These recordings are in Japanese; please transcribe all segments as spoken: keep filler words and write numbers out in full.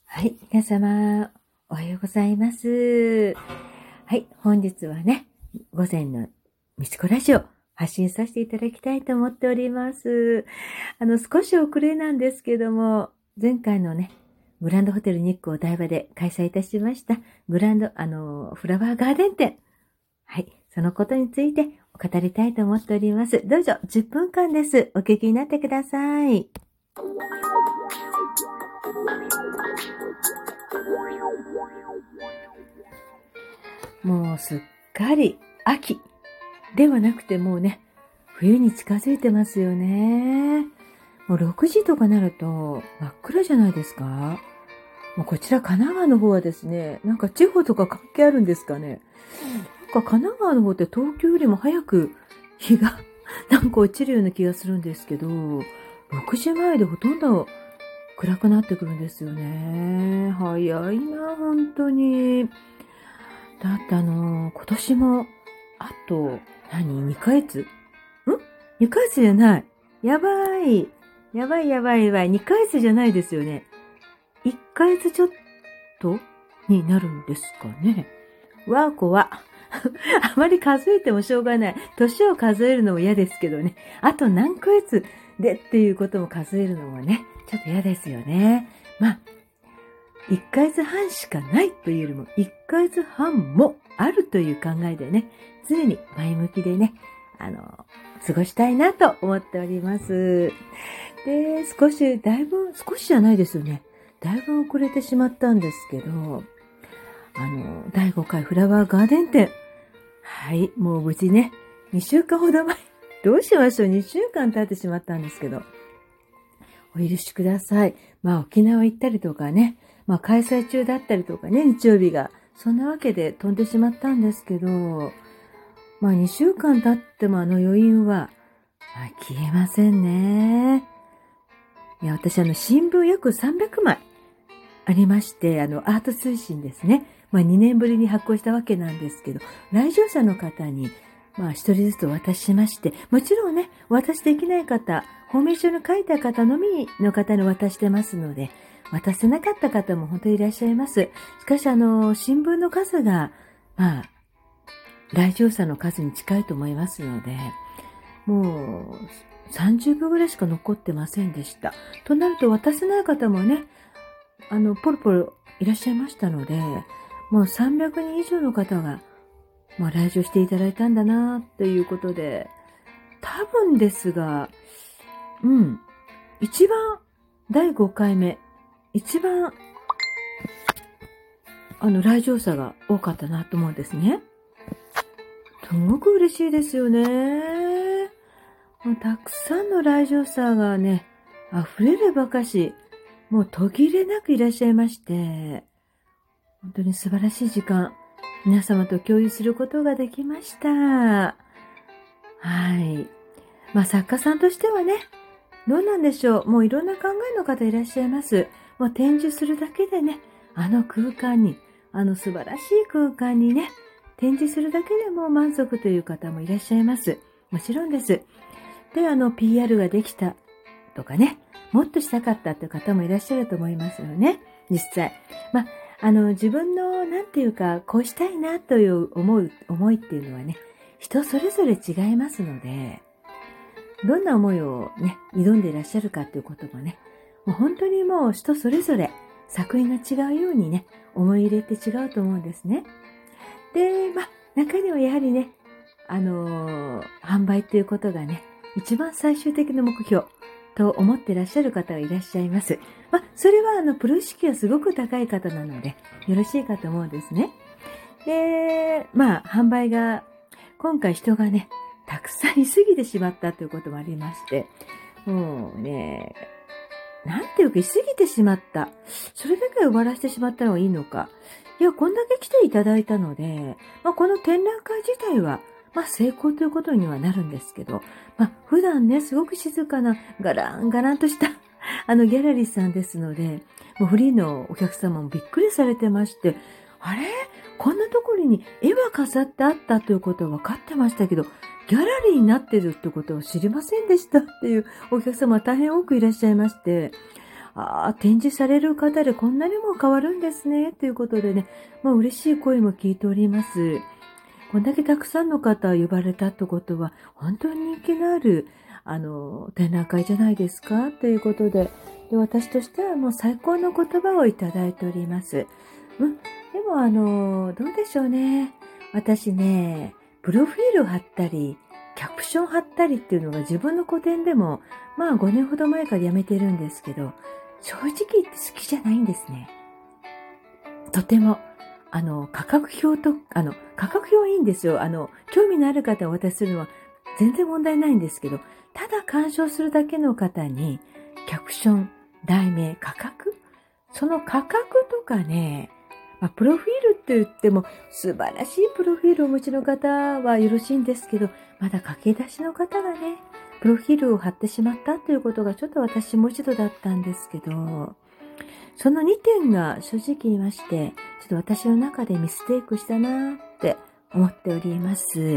はい、皆様、おはようございます。はい、本日はね、午前のみちこラジオ発信させていただきたいと思っております。あの、少し遅れなんですけども、前回のね、グランドホテル日光台場で開催いたしました、グランド、あの、フラワーガーデン展。はい、そのことについて語りたいと思っております。どうぞじゅっぷんかんです。お聞きになってください。もうすっかり秋ではなくてもうね、冬に近づいてますよね。もうろくじとかなると真っ暗じゃないですか。もうこちら神奈川の方はですね、なんか地方とか関係あるんですかね。なんか神奈川の方って東京よりも早く日がなんか落ちるような気がするんですけど、ろくじまえでほとんど暗くなってくるんですよね。早いな、本当に。だってあのー、今年も、あと、何 ?に ヶ月ん ?に ヶ月じゃない。やばい。やばいやばいやばい。にかげつじゃないですよね。いっかげつちょっとになるんですかね。わーこは。あまり数えてもしょうがない。年を数えるのも嫌ですけどね。あと何ヶ月でっていうことも数えるのもね、ちょっと嫌ですよね。まあ、いっかげつはんしかないというよりも、いっかげつはんもあるという考えでね、常に前向きでね、あの、過ごしたいなと思っております。で、少し、だいぶ、少しじゃないですよね。だいぶ遅れてしまったんですけど、あの、だいごかいフラワーガーデン展。はい、もう無事ね、にしゅうかんほど前、どうしましょう、にしゅうかん経ってしまったんですけど、お許しください。まあ沖縄行ったりとかね、まあ開催中だったりとかね、日曜日が。そんなわけで飛んでしまったんですけど、まあにしゅうかん経ってもあの余韻は、まあ、消えませんね。いや、私あの新聞約さんびゃくまいありまして、あのアート通信ですね。まあにねんぶりに発行したわけなんですけど、来場者の方に、まあ一人ずつお渡ししまして、もちろんね、お渡しできない方、フォーメーションに書いた方のみの方に渡してますので、渡せなかった方も本当にいらっしゃいます。しかしあの、新聞の数が、まあ、来場者の数に近いと思いますので、もうさんじゅうびょうぐらいしか残ってませんでした。となると渡せない方もね、あの、ポロポロいらっしゃいましたので、もうさんびゃくにん以上の方が、まあ、来場していただいたんだなということで、多分ですが、うん、一番、だいごかいめ、一番、あの、来場者が多かったなと思うんですね。すごく嬉しいですよね。もうたくさんの来場者がね、溢れるばかし、もう途切れなくいらっしゃいまして、本当に素晴らしい時間、皆様と共有することができました。はい。まあ作家さんとしてはね、どうなんでしょう。もういろんな考えの方いらっしゃいます。もう展示するだけでね、あの空間に、あの素晴らしい空間にね、展示するだけでも満足という方もいらっしゃいます。もちろんです。で、あの ピーアール ができたとかね、もっとしたかったという方もいらっしゃると思いますよね。実際。まあ、あの自分のなんていうか、こうしたいなという思う、思いっていうのはね、人それぞれ違いますので、どんな思いをね、挑んでいらっしゃるかっていうこともね、もう本当にもう人それぞれ作品が違うようにね、思い入れって違うと思うんですね。で、まあ、中にはやはりね、あのー、販売っていうことがね、一番最終的な目標と思っていらっしゃる方がいらっしゃいます。まあ、それはあの、プロ意識がすごく高い方なので、よろしいかと思うんですね。で、まあ、販売が、今回人がね、たくさんいすぎてしまったということもありまして、もうね、なんていうか、いすぎてしまった。それだけ終わらせてしまったのがいいのか。いや、こんだけ来ていただいたので、まあ、この展覧会自体は、まあ、成功ということにはなるんですけど、まあ、普段ね、すごく静かな、ガランガランとしたあの、ギャラリーさんですので、もうフリーのお客様もびっくりされてまして、あれこんなところに絵は飾ってあったということは分かってましたけど、ギャラリーになってるってことを知りませんでしたっていうお客様は大変多くいらっしゃいまして、 ああ、展示される方でこんなにも変わるんですね、ということでね、まあ嬉しい声も聞いております。こんだけたくさんの方呼ばれたってことは、本当に人気のある、あの、展覧会じゃないですか、ということで、で私としてはもう最高の言葉をいただいております。うん、でもあの、どうでしょうね。私ね、プロフィールを貼ったり、キャプション貼ったりっていうのが自分の個展でも、まあごねんほど前からやめてるんですけど、正直言って好きじゃないんですね。とても。あの、価格表と、あの、価格表はいいんですよ。あの、興味のある方をお渡しするのは全然問題ないんですけど、ただ鑑賞するだけの方に、キャプション、題名、価格その価格とかね、まあ、プロフィールって言っても素晴らしいプロフィールをお持ちの方はよろしいんですけど、まだ駆け出しの方がね、プロフィールを貼ってしまったということがちょっと私もう一度だったんですけど、そのにてんが正直言いまして、ちょっと私の中でミステイクしたなーって思っております。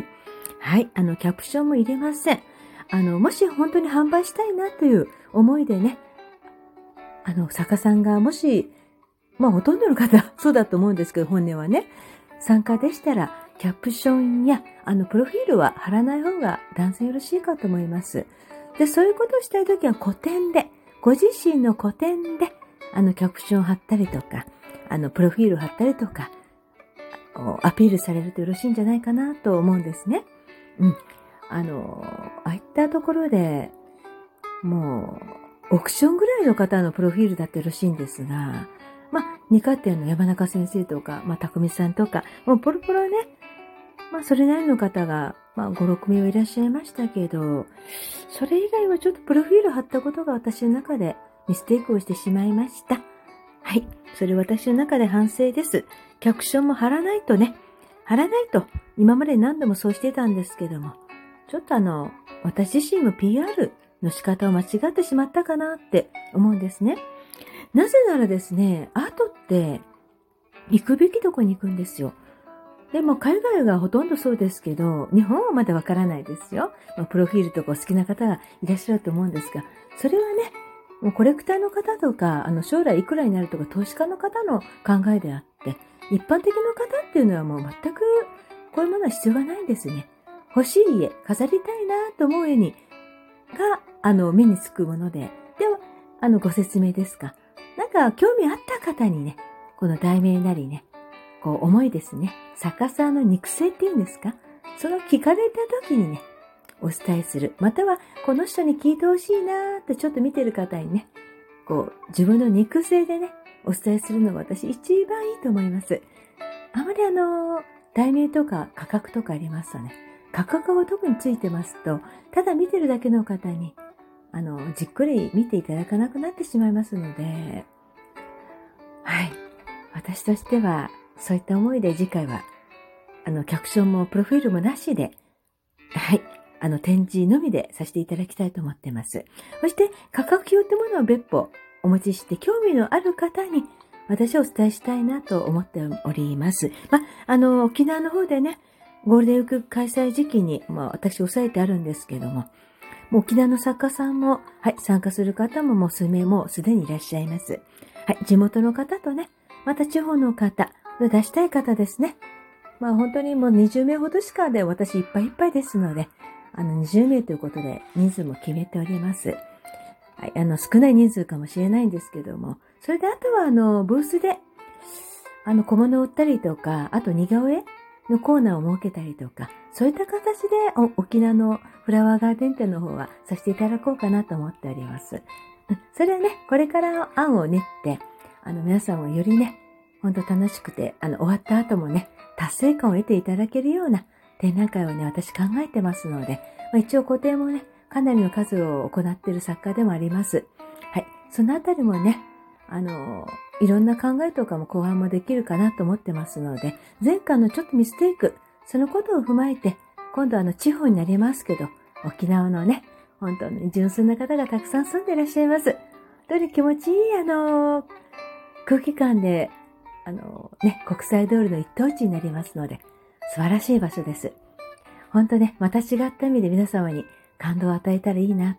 はい、あの、キャプションも入れません。あの、もし本当に販売したいなという思いでね、あの、作家さんがもし、まあほとんどの方、そうだと思うんですけど、本音はね、参加でしたら、キャプションや、あの、プロフィールは貼らない方が断然よろしいかと思います。で、そういうことをしたいときは個展で、ご自身の個展で、あの、キャプションを貼ったりとか、あの、プロフィールを貼ったりとか、アピールされるとよろしいんじゃないかなと思うんですね。うん。あの、ああいったところで、もう、オークションぐらいの方のプロフィールだってよろしいんですが、まあ、二課店の山中先生とか、まあ、匠さんとか、もうポロポロね、まあ、それなりの方が、まあ、ご、ろくめいはいらっしゃいましたけど、それ以外はちょっとプロフィール貼ったことが私の中でミステイクをしてしまいました。はい。それ私の中で反省です。キャプションも貼らないとね、貼らないと、今まで何度もそうしてたんですけども、ちょっとあの、私自身も ピーアール の仕方を間違ってしまったかなって思うんですね。なぜならですね、アートって行くべきとこに行くんですよ。でも海外がほとんどそうですけど、日本はまだわからないですよ。まあ、プロフィールとかお好きな方がいらっしゃると思うんですが、それはね、もうコレクターの方とか、あの将来いくらになるとか投資家の方の考えであって、一般的な方っていうのはもう全くこういうものは必要がないんですね。欲しい家、飾りたいなと思う絵に、が、あの、目につくもので、では、あの、ご説明ですか。なんか、興味あった方にね、この題名なりね、こう、思いですね。作家さんの肉声っていうんですか？その聞かれた時にね、お伝えする。または、この人に聞いてほしいなーってちょっと見てる方にね、こう、自分の肉声でね、お伝えするのが私一番いいと思います。あまりあの、題名とか価格とかありますとね、価格が特についてますと、ただ見てるだけの方に、あの、じっくり見ていただかなくなってしまいますので、はい。私としては、そういった思いで次回は、あの、キャプションもプロフィールもなしで、はい。あの、展示のみでさせていただきたいと思ってます。そして、価格表ってものを別途お持ちして、興味のある方に、私はお伝えしたいなと思っております。ま、あの、沖縄の方でね、ゴールデンウィーク開催時期に、まあ、私抑えてあるんですけども、もう沖縄の作家さんも、はい、参加する方ももう数名もすでにいらっしゃいます。はい、地元の方とね、また地方の方、出したい方ですね。まあ本当にもうにじゅうめいほどしかで私いっぱいいっぱいですので、あのにじゅうめいということで人数も決めております。はい、あの少ない人数かもしれないんですけども、それであとはあのブースで、あの小物を売ったりとか、あと似顔絵のコーナーを設けたりとか、そういった形で沖縄のフラワーガーデン店の方はさせていただこうかなと思っております。それはね、これから案を練って、あの皆さんもよりね、ほんと楽しくて、あの終わった後もね、達成感を得ていただけるような展覧会をね、私考えてますので、まあ、一応個展もね、かなりの数を行っている作家でもあります。はい。そのあたりもね、あの、いろんな考えとかも後半もできるかなと思ってますので、前回のちょっとミステイク、そのことを踏まえて、今度あの地方になりますけど、沖縄のね、本当に純粋な方がたくさん住んでいらっしゃいます。どれ気持ちいい、あの、空気感で、あのね、国際通りの一等地になりますので、素晴らしい場所です。本当ね、また違った意味で皆様に感動を与えたらいいなと、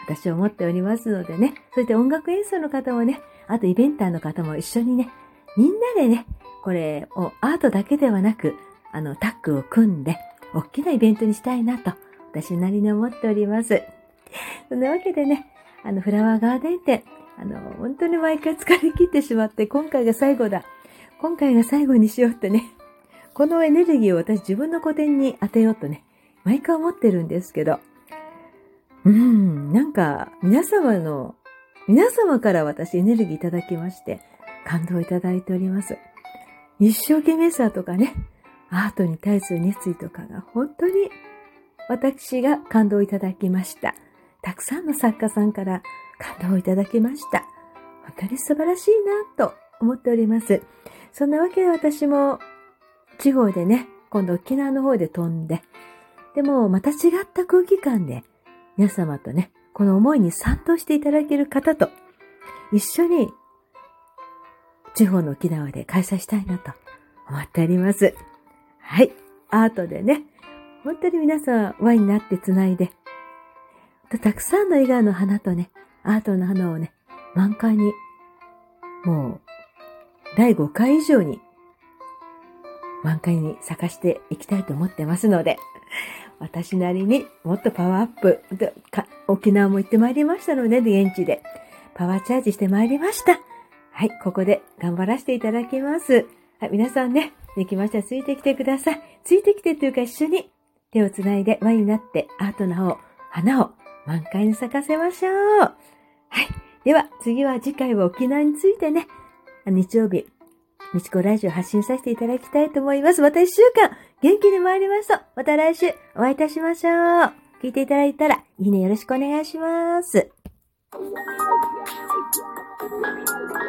私は思っておりますのでね。そして音楽演奏の方もね、あとイベンターの方も一緒にね、みんなでね、これをアートだけではなく、あの、タッグを組んで、大きなイベントにしたいなと、私なりに思っております。そんなわけでね、あの、フラワーガーデン展、あの、本当に毎回疲れ切ってしまって、今回が最後だ。今回が最後にしようってね。このエネルギーを私自分の個展に当てようとね、毎回思ってるんですけど、うーん、なんか、皆様の、皆様から私エネルギーいただきまして、感動いただいております。一生懸命さとかね、アートに対する熱意とかが本当に私が感動いただきました。たくさんの作家さんから感動いただきました。本当に素晴らしいなと思っております。そんなわけで私も地方でね、今度沖縄の方で飛んで、でもまた違った空気感で皆様とね、この思いに賛同していただける方と一緒に地方の沖縄で開催したいなと思っております。はい。アートでね、本当に皆さん輪になってつないで、たくさんの笑顔の花とね、アートの花をね、満開に、もう、だいごかい以上に、満開に咲かしていきたいと思ってますので、私なりにもっとパワーアップ、沖縄も行ってまいりましたので、現地でパワーチャージしてまいりました。はい、ここで頑張らせていただきます。はい、皆さんね、できましたらついてきてください。ついてきてというか一緒に手をつないで輪になってアートの方、花を満開に咲かせましょう。はい。では次は次回は沖縄についてね、日曜日、みちこラジオ発信させていただきたいと思います。また一週間元気に参りましょう。また来週お会いいたしましょう。聞いていただいたらいいねよろしくお願いします。